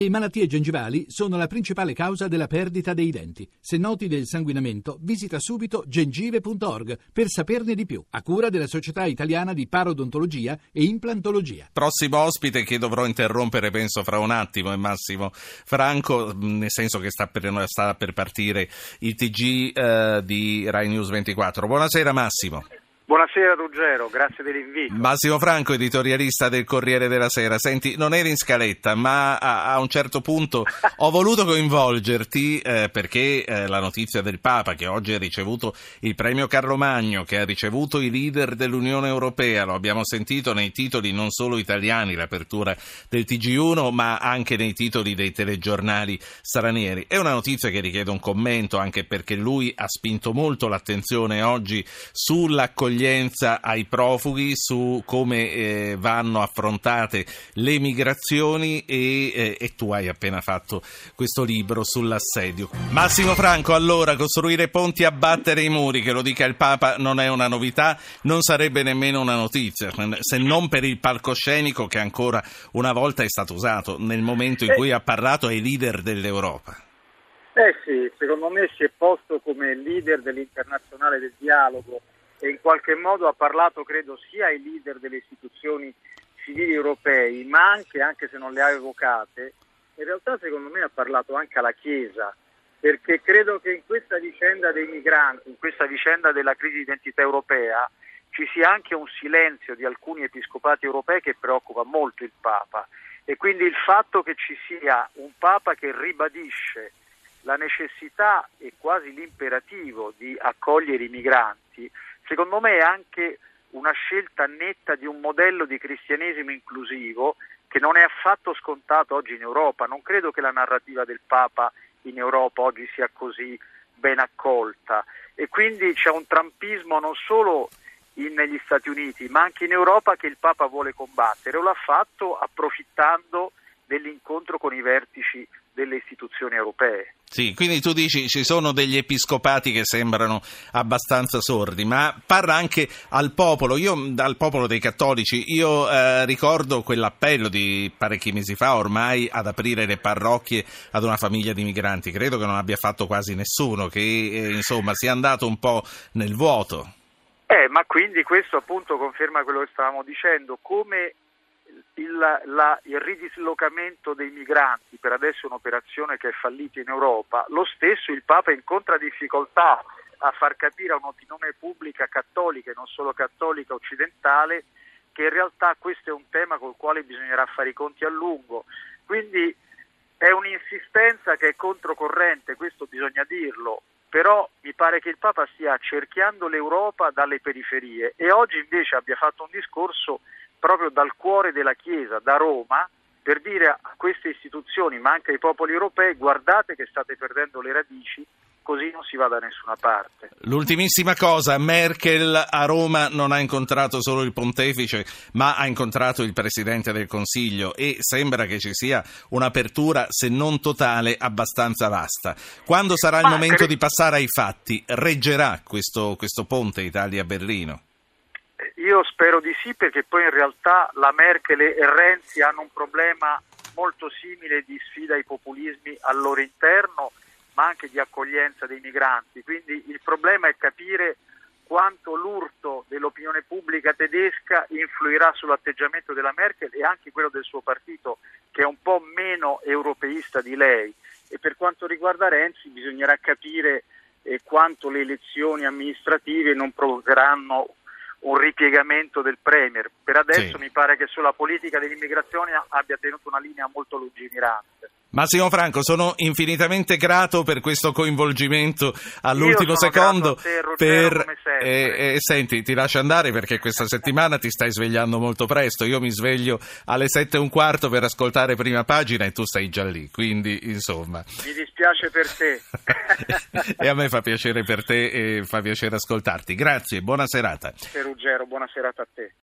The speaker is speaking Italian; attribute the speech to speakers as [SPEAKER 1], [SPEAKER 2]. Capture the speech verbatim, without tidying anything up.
[SPEAKER 1] Le malattie gengivali sono la principale causa della perdita dei denti. Se noti del sanguinamento, visita subito gengive punto org per saperne di più, a cura della Società Italiana di Parodontologia e Implantologia.
[SPEAKER 2] Prossimo ospite che dovrò interrompere penso fra un attimo è Massimo Franco, nel senso che sta per, sta per partire il T G eh, di Rai News ventiquattro. Buonasera Massimo.
[SPEAKER 3] Buonasera Ruggero, grazie dell'invito.
[SPEAKER 2] Massimo Franco, editorialista del Corriere della Sera. Senti, non eri in scaletta, ma a, a un certo punto ho voluto coinvolgerti eh, perché eh, la notizia del Papa, che oggi ha ricevuto il premio Carlo Magno, che ha ricevuto i leader dell'Unione Europea, lo abbiamo sentito nei titoli non solo italiani, l'apertura del T G uno, ma anche nei titoli dei telegiornali stranieri. È una notizia che richiede un commento, anche perché lui ha spinto molto l'attenzione oggi sull'accoglienza ai profughi, su come eh, vanno affrontate le migrazioni e, eh, e tu hai appena fatto questo libro sull'assedio. Massimo Franco, allora, costruire ponti, abbattere i muri, che lo dica il Papa non è una novità, non sarebbe nemmeno una notizia, se non per il palcoscenico che ancora una volta è stato usato nel momento in cui ha parlato ai leader dell'Europa.
[SPEAKER 3] Eh sì, secondo me si è posto come leader dell'internazionale del dialogo e in qualche modo ha parlato, credo, sia ai leader delle istituzioni civili europei, ma anche, anche se non le ha evocate, in realtà secondo me ha parlato anche alla Chiesa, perché credo che in questa vicenda dei migranti, in questa vicenda della crisi di identità europea, ci sia anche un silenzio di alcuni episcopati europei che preoccupa molto il Papa, e quindi il fatto che ci sia un Papa che ribadisce la necessità e quasi l'imperativo di accogliere i migranti, secondo me è anche una scelta netta di un modello di cristianesimo inclusivo che non è affatto scontato oggi in Europa. Non credo che la narrativa del Papa in Europa oggi sia così ben accolta, e quindi c'è un trumpismo non solo in, negli Stati Uniti ma anche in Europa che il Papa vuole combattere, o l'ha fatto approfittando dell'incontro con i vertici delle istituzioni europee.
[SPEAKER 2] Sì, quindi tu dici ci sono degli episcopati che sembrano abbastanza sordi, ma parla anche al popolo, io al popolo dei cattolici. Io eh, ricordo quell'appello di parecchi mesi fa ormai ad aprire le parrocchie ad una famiglia di migranti. Credo che non abbia fatto quasi nessuno, che eh, insomma sia andato un po' nel vuoto.
[SPEAKER 3] Eh, ma quindi questo appunto conferma quello che stavamo dicendo, come Il, la, il ridislocamento dei migranti per adesso è un'operazione che è fallita in Europa. Lo stesso il Papa incontra difficoltà a far capire a un'opinione pubblica cattolica e non solo cattolica occidentale che in realtà questo è un tema col quale bisognerà fare i conti a lungo, quindi è un'insistenza che è controcorrente, questo bisogna dirlo, però mi pare che il Papa stia cerchiando l'Europa dalle periferie e oggi invece abbia fatto un discorso proprio dal cuore della Chiesa, da Roma, per dire a queste istituzioni, ma anche ai popoli europei: guardate che state perdendo le radici, così non si va da nessuna parte.
[SPEAKER 2] L'ultimissima cosa, Merkel a Roma non ha incontrato solo il pontefice, ma ha incontrato il Presidente del Consiglio e sembra che ci sia un'apertura, se non totale, abbastanza vasta. Quando sarà il ma momento cre- di passare ai fatti, reggerà questo, questo ponte Italia-Berlino?
[SPEAKER 3] Io spero di sì, perché poi in realtà la Merkel e Renzi hanno un problema molto simile di sfida ai populismi al loro interno, ma anche di accoglienza dei migranti. Quindi il problema è capire quanto l'urto dell'opinione pubblica tedesca influirà sull'atteggiamento della Merkel e anche quello del suo partito, che è un po' meno europeista di lei. E per quanto riguarda Renzi bisognerà capire eh, quanto le elezioni amministrative non provocheranno un ripiegamento del Premier. Per adesso sì. Mi pare che sulla politica dell'immigrazione abbia tenuto una linea molto lungimirante.
[SPEAKER 2] Massimo Franco, sono infinitamente grato per questo coinvolgimento all'ultimo secondo.
[SPEAKER 3] Te, Ruggero,
[SPEAKER 2] per e, e, senti, ti lascio andare perché questa settimana ti stai svegliando molto presto. Io mi sveglio alle sette e un quarto per ascoltare Prima Pagina e tu stai già lì, quindi insomma.
[SPEAKER 3] Mi dispiace per te.
[SPEAKER 2] E a me fa piacere per te e fa piacere ascoltarti. Grazie, buona serata.
[SPEAKER 3] Ruggero, buona serata a te.